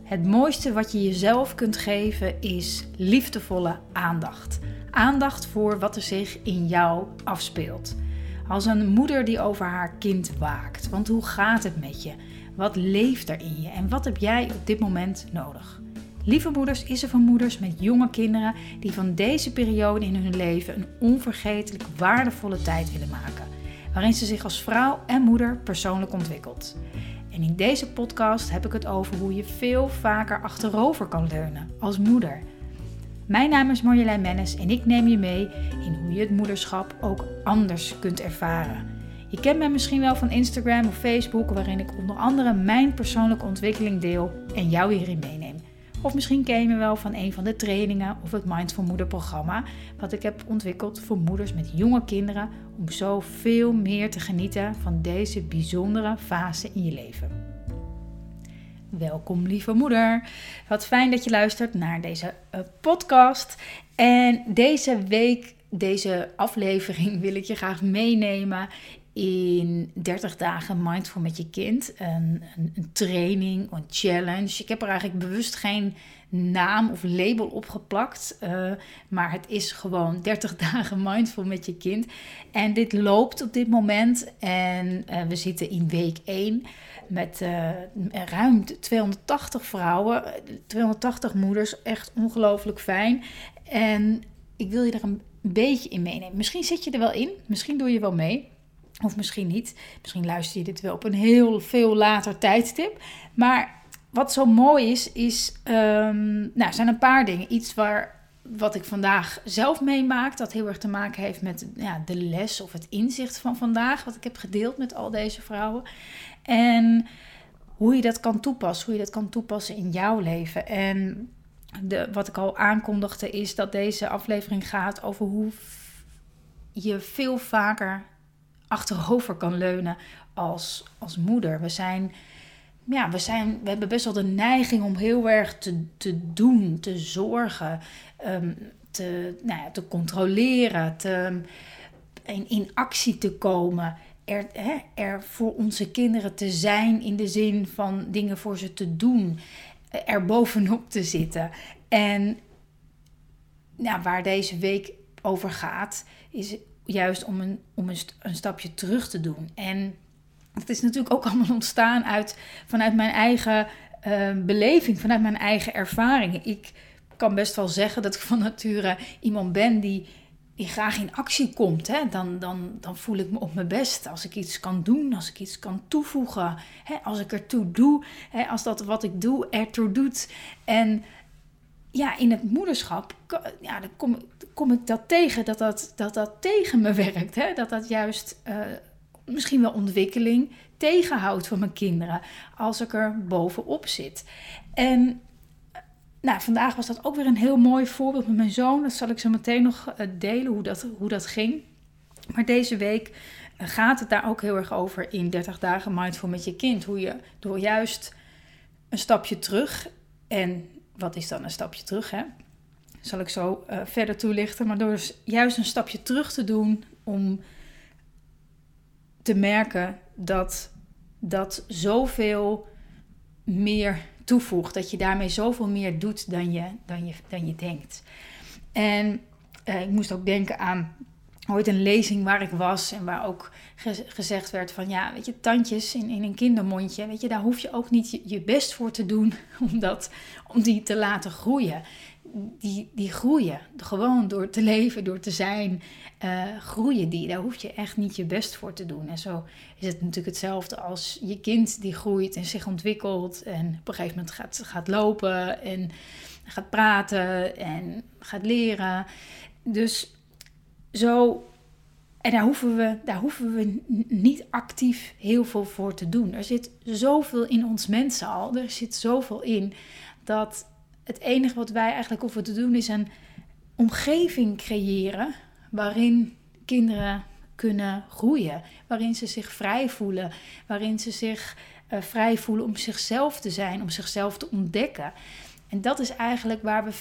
Het mooiste wat je jezelf kunt geven is liefdevolle aandacht. Aandacht voor wat er zich in jou afspeelt. Als een moeder die over haar kind waakt. Want hoe gaat het met je? Wat leeft er in je? En wat heb jij op dit moment nodig? Lieve Moeders is er voor moeders met jonge kinderen die van deze periode in hun leven een onvergetelijk waardevolle tijd willen maken. Waarin ze zich als vrouw en moeder persoonlijk ontwikkelt. En in deze podcast heb ik het over hoe je veel vaker achterover kan leunen als moeder. Mijn naam is Marjolein Mennis en ik neem je mee in hoe je het moederschap ook anders kunt ervaren. Je kent mij misschien wel van Instagram of Facebook, waarin ik onder andere mijn persoonlijke ontwikkeling deel en jou hierin meeneem. Of misschien ken je me wel van een van de trainingen of het Mindful Moeder programma, wat ik heb ontwikkeld voor moeders met jonge kinderen, om zo veel meer te genieten van deze bijzondere fase in je leven. Welkom lieve moeder, wat fijn dat je luistert naar deze podcast. En deze aflevering wil ik je graag meenemen in 30 dagen Mindful met je kind. Een training, een challenge. Ik heb er eigenlijk bewust geen naam of label opgeplakt. Maar het is gewoon 30 dagen Mindful met je kind. En dit loopt op dit moment. En we zitten in week 1 met ruim 280 vrouwen. 280 moeders. Echt ongelooflijk fijn. En ik wil je er een beetje in meenemen. Misschien zit je er wel in. Misschien doe je wel mee. Of misschien niet. Misschien luister je dit wel op een heel veel later tijdstip. Maar wat zo mooi is zijn een paar dingen. Iets wat ik vandaag zelf meemaak, dat heel erg te maken heeft met de les of het inzicht van vandaag, wat ik heb gedeeld met al deze vrouwen. En hoe je dat kan toepassen. Hoe je dat kan toepassen in jouw leven. En wat ik al aankondigde is dat deze aflevering gaat over hoe je veel vaker achterover kan leunen als moeder. We hebben best wel de neiging om heel erg te doen, te zorgen, te controleren, in actie te komen, er voor onze kinderen te zijn in de zin van dingen voor ze te doen, er bovenop te zitten. En waar deze week over gaat, is juist om een stapje terug te doen. En het is natuurlijk ook allemaal ontstaan vanuit mijn eigen beleving, vanuit mijn eigen ervaringen. Ik kan best wel zeggen dat ik van nature iemand ben die graag in actie komt. Hè? Dan voel ik me op mijn best als ik iets kan doen, als ik iets kan toevoegen. Hè? Als ik ertoe doe, hè? Als dat wat ik doe ertoe doet. En in het moederschap dan kom ik dat tegen, dat tegen me werkt. Hè? Dat juist misschien wel ontwikkeling tegenhoudt van mijn kinderen als ik er bovenop zit. En vandaag was dat ook weer een heel mooi voorbeeld met mijn zoon. Dat zal ik zo meteen nog delen, hoe dat ging. Maar deze week gaat het daar ook heel erg over in 30 dagen Mindful met je kind. Hoe je door juist een stapje terug, en wat is dan een stapje terug, hè? Zal ik zo verder toelichten. Maar door dus juist een stapje terug te doen om te merken dat zoveel meer toevoegt. Dat je daarmee zoveel meer doet dan je denkt. En ik moest ook denken aan ooit een lezing waar ik was en waar ook gezegd werd van tandjes in een kindermondje, daar hoef je ook niet je best voor te doen om die te laten groeien. Die groeien, gewoon door te leven, door te zijn, groeien die. Daar hoef je echt niet je best voor te doen. En zo is het natuurlijk hetzelfde als je kind die groeit en zich ontwikkelt en op een gegeven moment gaat lopen en gaat praten en gaat leren. Dus zo, en daar hoeven we niet actief heel veel voor te doen. Er zit zoveel in ons mensen al. Er zit zoveel in dat het enige wat wij eigenlijk hoeven te doen is een omgeving creëren waarin kinderen kunnen groeien. Waarin ze zich vrij voelen. Waarin ze zich vrij voelen om zichzelf te zijn, om zichzelf te ontdekken. En dat is eigenlijk waar we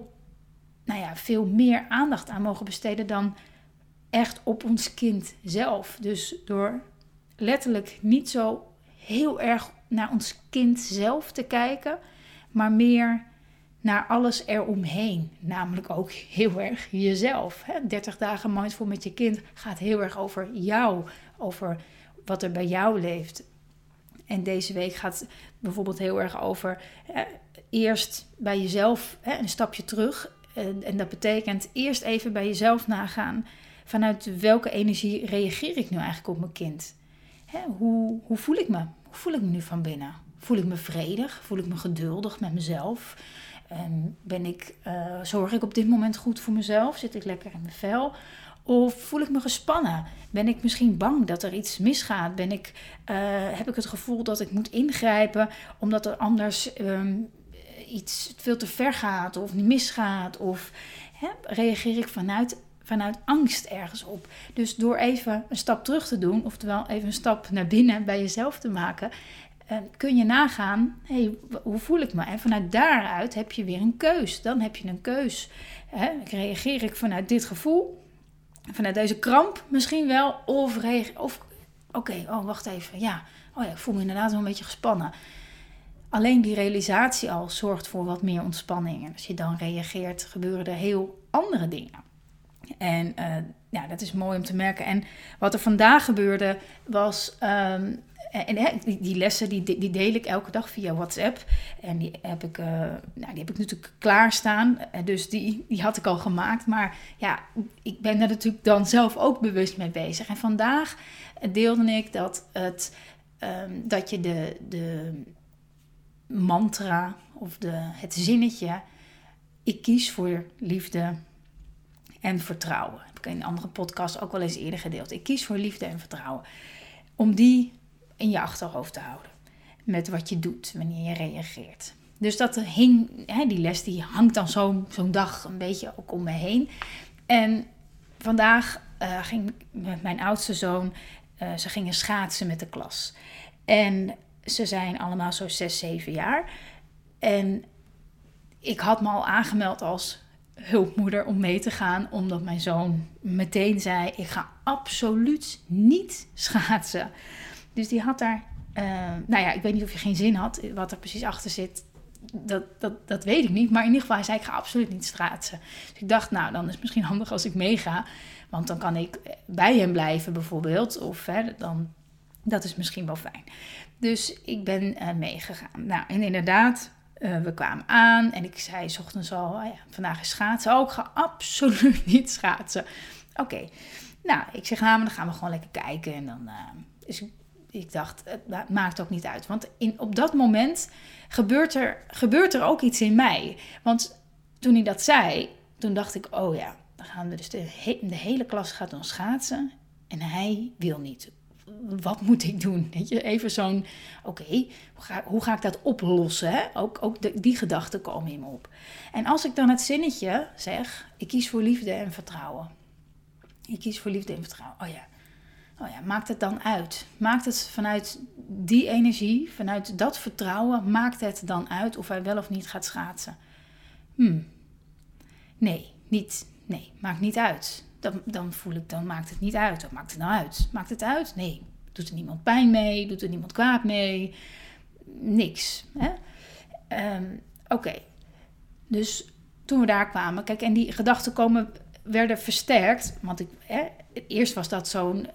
veel meer aandacht aan mogen besteden dan echt op ons kind zelf. Dus door letterlijk niet zo heel erg naar ons kind zelf te kijken, maar meer naar alles eromheen. Namelijk ook heel erg jezelf. 30 dagen mindful met je kind gaat heel erg over jou. Over wat er bij jou leeft. En deze week gaat bijvoorbeeld heel erg over eerst bij jezelf een stapje terug. En dat betekent eerst even bij jezelf nagaan. Vanuit welke energie reageer ik nu eigenlijk op mijn kind? Hoe voel ik me? Hoe voel ik me nu van binnen? Voel ik me vredig? Voel ik me geduldig met mezelf? Zorg ik op dit moment goed voor mezelf? Zit ik lekker in mijn vel? Of voel ik me gespannen? Ben ik misschien bang dat er iets misgaat? Heb ik het gevoel dat ik moet ingrijpen omdat er anders iets veel te ver gaat of niet misgaat? Of reageer ik vanuit angst ergens op? Dus door even een stap terug te doen, oftewel even een stap naar binnen bij jezelf te maken, kun je nagaan, hoe voel ik me? En vanuit daaruit heb je weer een keus. Dan heb je een keus. Reageer ik vanuit dit gevoel? Vanuit deze kramp misschien wel? Wacht even. Ja, ik voel me inderdaad wel een beetje gespannen. Alleen die realisatie al zorgt voor wat meer ontspanning. En als je dan reageert, gebeuren er heel andere dingen. En dat is mooi om te merken. En wat er vandaag gebeurde was... die lessen die deel ik elke dag via WhatsApp. En die heb ik natuurlijk klaarstaan. Dus die had ik al gemaakt. Maar ja, ik ben daar natuurlijk dan zelf ook bewust mee bezig. En vandaag deelde ik dat je de mantra of het zinnetje... Ik kies voor liefde en vertrouwen. Dat heb ik in een andere podcast ook wel eens eerder gedeeld. Ik kies voor liefde en vertrouwen. Om die in je achterhoofd te houden. Met wat je doet, wanneer je reageert. Dus dat die les die hangt dan zo'n dag een beetje ook om me heen. En vandaag ging ik met mijn oudste zoon, ze gingen schaatsen met de klas. En ze zijn allemaal zo 6, 7 jaar. En ik had me al aangemeld als hulpmoeder om mee te gaan, omdat mijn zoon meteen zei, ik ga absoluut niet schaatsen. Dus die had daar, ik weet niet of je geen zin had, wat er precies achter zit, dat weet ik niet. Maar in ieder geval, hij zei, ik ga absoluut niet schaatsen. Dus ik dacht, dan is het misschien handig als ik meega, want dan kan ik bij hem blijven bijvoorbeeld. Of dat is misschien wel fijn. Dus ik ben meegegaan. Nou, en inderdaad, we kwamen aan en ik zei 's ochtends al, vandaag is schaatsen. Ik ga absoluut niet schaatsen. Oké. Nou, ik zeg, maar dan gaan we gewoon lekker kijken. En dan ik dacht, het maakt ook niet uit. Want op dat moment gebeurt er ook iets in mij. Want toen hij dat zei, toen dacht ik, dan gaan we dus de hele klas gaat dan schaatsen. En hij wil niet. Wat moet ik doen? Weet je, even zo'n, hoe ga ik dat oplossen? Hè? Ook die gedachten komen in me op. En als ik dan het zinnetje zeg, ik kies voor liefde en vertrouwen. Ik kies voor liefde en vertrouwen. Maakt het dan uit? Maakt het vanuit die energie, vanuit dat vertrouwen, maakt het dan uit of hij wel of niet gaat schaatsen? Nee, maakt niet uit. Dan voel ik, dan maakt het niet uit. Wat maakt het nou uit? Maakt het uit? Nee. Doet er niemand pijn mee? Doet er niemand kwaad mee? Niks. Hè? Oké. Dus toen we daar kwamen, kijk, en die gedachten werden versterkt. Want eerst was dat zo'n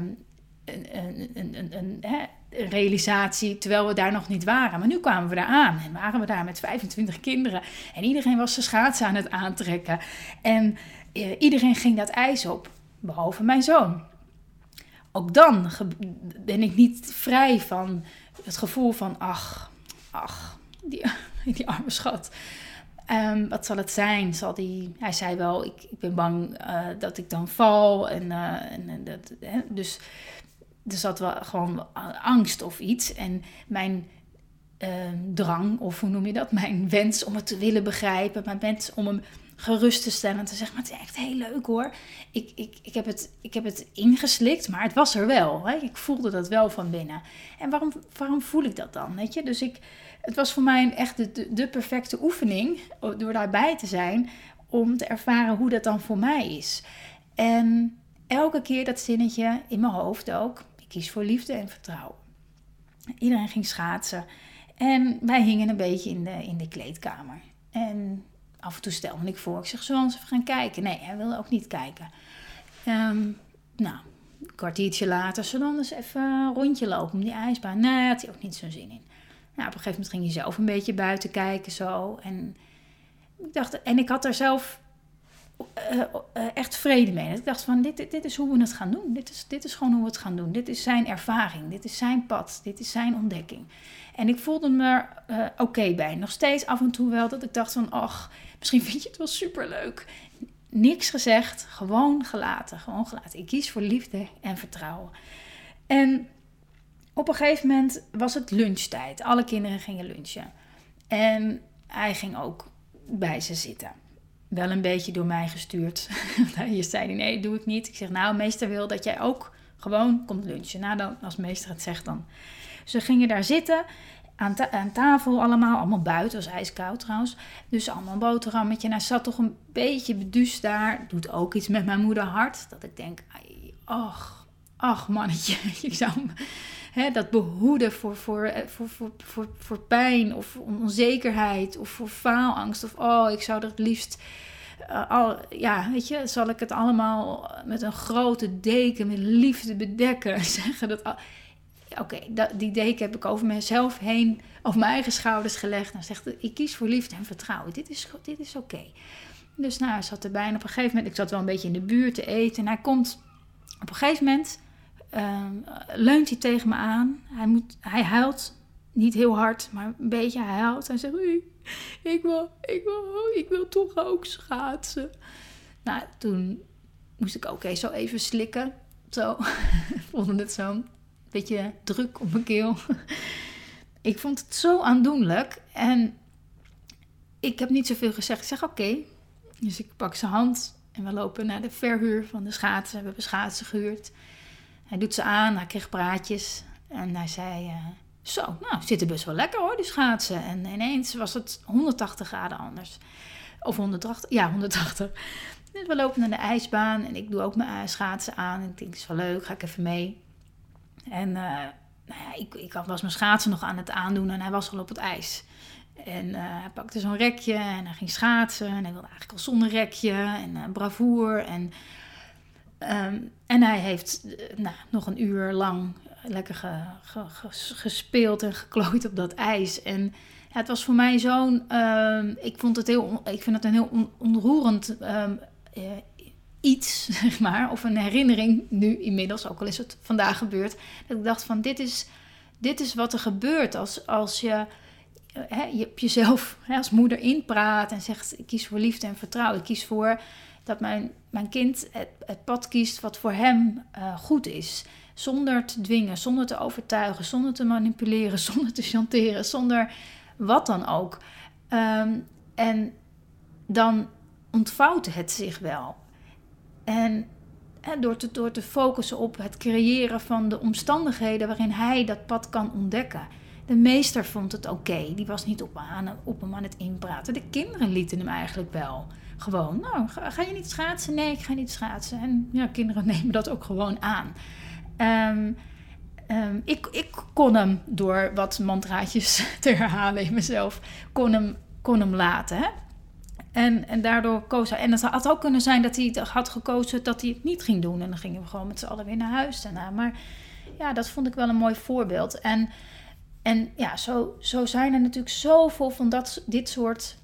een realisatie, terwijl we daar nog niet waren. Maar nu kwamen we daar aan en waren we daar met 25 kinderen. En iedereen was zijn schaatsen aan het aantrekken. En iedereen ging dat ijs op, behalve mijn zoon. Ook dan ben ik niet vrij van het gevoel van, die arme schat. Wat zal het zijn? Hij zei wel, ik ben bang dat ik dan val. Dus er zat wel gewoon angst of iets. En mijn drang, of hoe noem je dat? Mijn wens om het te willen begrijpen. Mijn wens om hem gerust te stellen en te zeggen, maar het is echt heel leuk hoor. Ik heb het ingeslikt, maar het was er wel. Hè? Ik voelde dat wel van binnen. En waarom voel ik dat dan? Weet je? Dus het was voor mij echt de perfecte oefening, door daarbij te zijn, om te ervaren hoe dat dan voor mij is. En elke keer dat zinnetje in mijn hoofd ook, ik kies voor liefde en vertrouwen. Iedereen ging schaatsen. En wij hingen een beetje in de kleedkamer. En af en toe stelde ik voor, ik zeg, zullen we eens even gaan kijken? Nee, hij wilde ook niet kijken. Nou, een kwartiertje later, zullen we dan eens even een rondje lopen om die ijsbaan? Nee, had hij ook niet zo'n zin in. Nou, op een gegeven moment ging hij zelf een beetje buiten kijken zo. En ik had daar zelf echt vrede mee. Ik dacht van, dit is hoe we het gaan doen. Dit is gewoon hoe we het gaan doen. Dit is zijn ervaring. Dit is zijn pad. Dit is zijn ontdekking. En ik voelde me er oké bij. Nog steeds af en toe wel dat ik dacht van, ach, misschien vind je het wel superleuk. Niks gezegd, gewoon gelaten. Ik kies voor liefde en vertrouwen. En op een gegeven moment was het lunchtijd. Alle kinderen gingen lunchen. En hij ging ook bij ze zitten. Wel een beetje door mij gestuurd. Hier zei hij, nee, doe ik niet. Ik zeg, nou, meester wil dat jij ook gewoon komt lunchen. Nou, dan, als meester het zegt dan. Ze gingen daar zitten, aan tafel allemaal buiten. Het was ijskoud trouwens. Dus allemaal een boterhammetje. En hij zat toch een beetje beduusd daar. Doet ook iets met mijn moederhart. Dat ik denk, ach mannetje. Ik zou dat behoeden voor pijn of onzekerheid of voor faalangst. Of ik zou er het liefst, zal ik het allemaal met een grote deken met liefde bedekken. Zeggen dat. Die deken heb ik over mezelf heen, over mijn eigen schouders gelegd. En zegt, ik kies voor liefde en vertrouwen. Dit is oké. Dus nou, hij zat erbij en op een gegeven moment, ik zat wel een beetje in de buurt te eten. En hij komt, op een gegeven moment leunt hij tegen me aan. Hij huilt, niet heel hard, maar een beetje. Hij huilt en zegt, ik wil toch ook schaatsen. Nou, toen moest ik ook zo even slikken. Zo, voelde het zo. Beetje druk op mijn keel. Ik vond het zo aandoenlijk. En ik heb niet zoveel gezegd. Ik zeg oké. Dus ik pak zijn hand. En we lopen naar de verhuur van de schaatsen. We hebben schaatsen gehuurd. Hij doet ze aan. Hij kreeg praatjes. En hij zei, zitten best wel lekker hoor, die schaatsen. En ineens was het 180 graden anders. Of 180. Ja, 180. Dus we lopen naar de ijsbaan. En ik doe ook mijn schaatsen aan. En ik denk, het is wel leuk. Ga ik even mee. En ik was mijn schaatsen nog aan het aandoen en hij was al op het ijs. En hij pakte zo'n rekje en hij ging schaatsen. En hij wilde eigenlijk al zonder rekje en bravoer. En hij heeft nog een uur lang lekker gespeeld en geklooid op dat ijs. En het was voor mij zo'n... ik vind het een heel onroerend iets, zeg maar, of een herinnering nu inmiddels, ook al is het vandaag gebeurd, dat ik dacht van dit is wat er gebeurt als je op jezelf als moeder inpraat en zegt, ik kies voor liefde en vertrouwen. Ik kies voor dat mijn kind het pad kiest wat voor hem goed is. Zonder te dwingen, zonder te overtuigen, zonder te manipuleren, zonder te chanteren, zonder wat dan ook. En dan ontvouwt het zich wel. En door te focussen op het creëren van de omstandigheden waarin hij dat pad kan ontdekken. De meester vond het oké. Die was niet op hem aan het inpraten. De kinderen lieten hem eigenlijk wel. Gewoon, nou, ga je niet schaatsen? Nee, ik ga niet schaatsen. En ja, kinderen nemen dat ook gewoon aan. Ik kon hem, door wat mantraatjes te herhalen in mezelf, kon hem laten, hè. En daardoor koos hij. En het had ook kunnen zijn dat hij het had gekozen dat hij het niet ging doen. En dan gingen we gewoon met z'n allen weer naar huis daarna. Maar ja, dat vond ik wel een mooi voorbeeld. En ja, zo zijn er natuurlijk zoveel van dit soort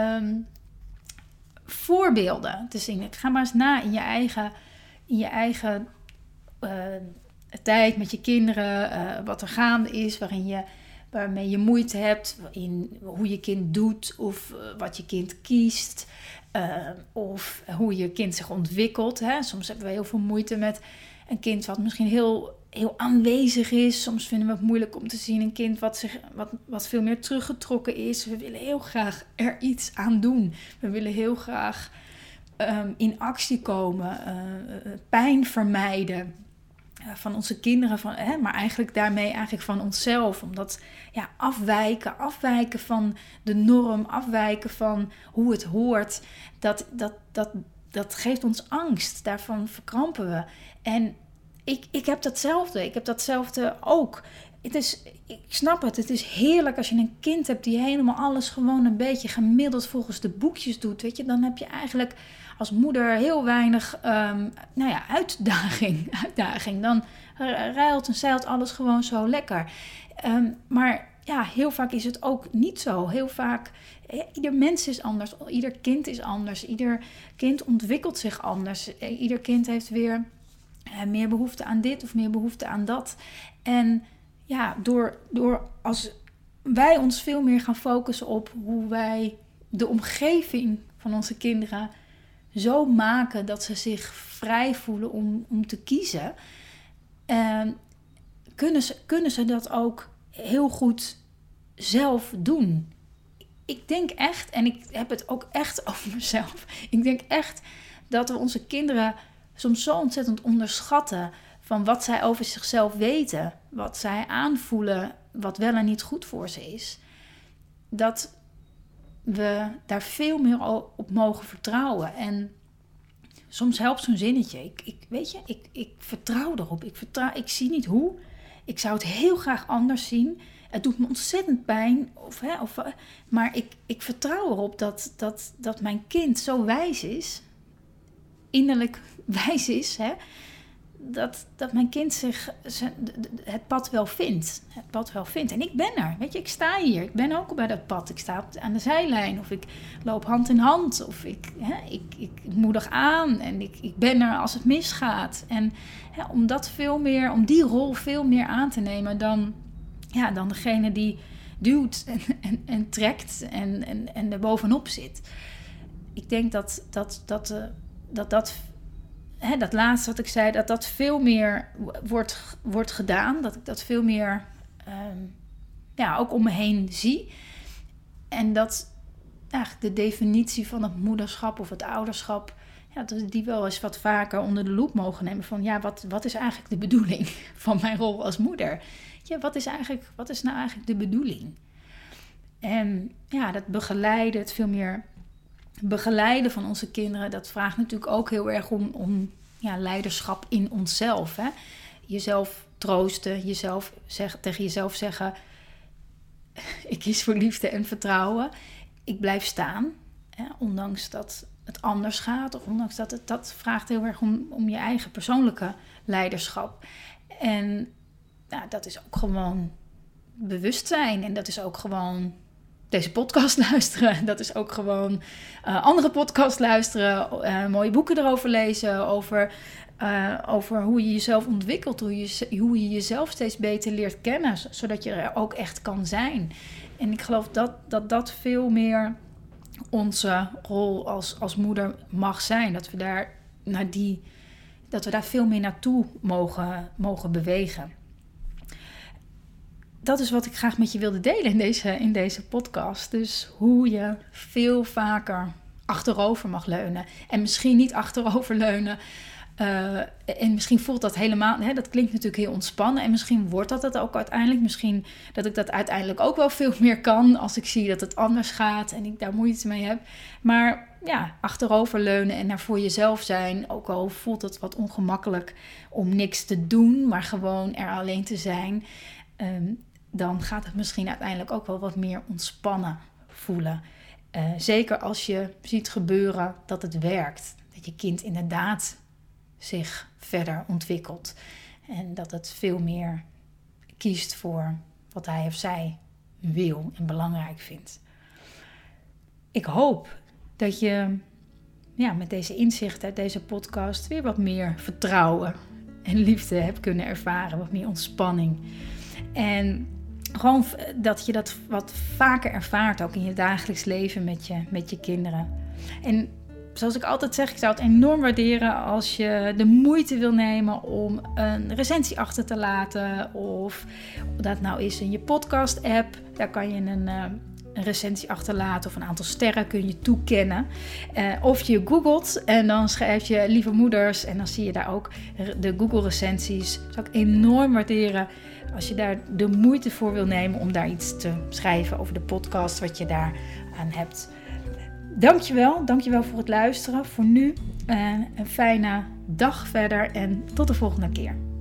voorbeelden te zien. Ga maar eens na in je eigen tijd met je kinderen. Wat er gaande is, waarmee je moeite hebt, in hoe je kind doet of wat je kind kiest. Of hoe je kind zich ontwikkelt. Hè. Soms hebben we heel veel moeite met een kind wat misschien heel, heel aanwezig is. Soms vinden we het moeilijk om te zien een kind wat veel meer teruggetrokken is. We willen heel graag er iets aan doen. We willen heel graag in actie komen, pijn vermijden. Van onze kinderen, maar eigenlijk daarmee van onszelf. Omdat afwijken van de norm, afwijken van hoe het hoort, dat geeft ons angst. Daarvan verkrampen we. En ik heb datzelfde. Ik heb datzelfde ook. ik snap het is heerlijk als je een kind hebt die helemaal alles gewoon een beetje gemiddeld volgens de boekjes doet. Weet je, dan heb je eigenlijk als moeder heel weinig uitdaging. Dan ruilt en zeilt alles gewoon zo lekker. Maar ja, heel vaak is het ook niet zo. Heel vaak, ieder mens is anders, ieder kind is anders, ieder kind ontwikkelt zich anders. Ieder kind heeft weer meer behoefte aan dit of meer behoefte aan dat. En ja, door als wij ons veel meer gaan focussen op hoe wij de omgeving van onze kinderen zo maken dat ze zich vrij voelen om te kiezen, kunnen ze dat ook heel goed zelf doen. Ik denk echt, en ik heb het ook echt over mezelf, ik denk echt dat we onze kinderen soms zo ontzettend onderschatten van wat zij over zichzelf weten, wat zij aanvoelen, wat wel en niet goed voor ze is. Dat we daar veel meer op mogen vertrouwen. En soms helpt zo'n zinnetje. Ik vertrouw erop. Ik zie niet hoe. Ik zou het heel graag anders zien. Het doet me ontzettend pijn. Maar ik vertrouw erop dat mijn kind zo wijs is. Innerlijk wijs is. Dat mijn kind het pad wel vindt. En ik ben er. Weet je, ik sta hier. Ik ben ook bij dat pad. Ik sta aan de zijlijn. Of ik loop hand in hand. Of ik moedig aan. En ik ben er als het misgaat. En om die rol veel meer aan te nemen dan degene die duwt en trekt en er bovenop zit. Ik denk dat laatste wat ik zei, dat veel meer wordt gedaan. Dat ik dat veel meer ook om me heen zie. En dat eigenlijk de definitie van het moederschap of het ouderschap, dat die wel eens wat vaker onder de loep mogen nemen. Van wat is eigenlijk de bedoeling van mijn rol als moeder? Ja, wat is nou eigenlijk de bedoeling? En dat begeleiden, het veel meer begeleiden van onze kinderen, dat vraagt natuurlijk ook heel erg om leiderschap in onszelf. Hè? Jezelf troosten, tegen jezelf zeggen, ik kies voor liefde en vertrouwen. Ik blijf staan, ondanks dat het anders gaat. Of ondanks dat vraagt heel erg om je eigen persoonlijke leiderschap. En dat is ook gewoon bewustzijn. En dat is ook gewoon deze podcast luisteren. Dat is ook gewoon andere podcasts luisteren. Mooie boeken erover lezen. Over hoe je jezelf ontwikkelt. Hoe je jezelf steeds beter leert kennen. Zodat je er ook echt kan zijn. En ik geloof dat veel meer onze rol als moeder mag zijn. Dat we daar veel meer naartoe mogen bewegen. Dat is wat ik graag met je wilde delen in deze podcast. Dus hoe je veel vaker achterover mag leunen. En misschien niet achteroverleunen. En misschien voelt dat helemaal, dat klinkt natuurlijk heel ontspannen. En misschien wordt dat het ook uiteindelijk. Misschien dat ik dat uiteindelijk ook wel veel meer kan. Als ik zie dat het anders gaat en ik daar moeite mee heb. Maar achteroverleunen en er voor jezelf zijn. Ook al voelt het wat ongemakkelijk om niks te doen. Maar gewoon er alleen te zijn. Dan gaat het misschien uiteindelijk ook wel wat meer ontspannen voelen. Zeker als je ziet gebeuren dat het werkt. Dat je kind inderdaad zich verder ontwikkelt. En dat het veel meer kiest voor wat hij of zij wil en belangrijk vindt. Ik hoop dat je met deze inzichten uit deze podcast weer wat meer vertrouwen en liefde hebt kunnen ervaren. Wat meer ontspanning. En gewoon dat je dat wat vaker ervaart ook in je dagelijks leven met je kinderen. En zoals ik altijd zeg, ik zou het enorm waarderen als je de moeite wil nemen om een recensie achter te laten. Of dat nou is in je podcast app. Daar kan je een recensie achterlaten of een aantal sterren kun je toekennen. Of je googelt en dan schrijf je lieve moeders en dan zie je daar ook de Google recensies. Dat zou ik enorm waarderen als je daar de moeite voor wil nemen om daar iets te schrijven over de podcast wat je daar aan hebt. Dankjewel voor het luisteren. Voor nu een fijne dag verder en tot de volgende keer.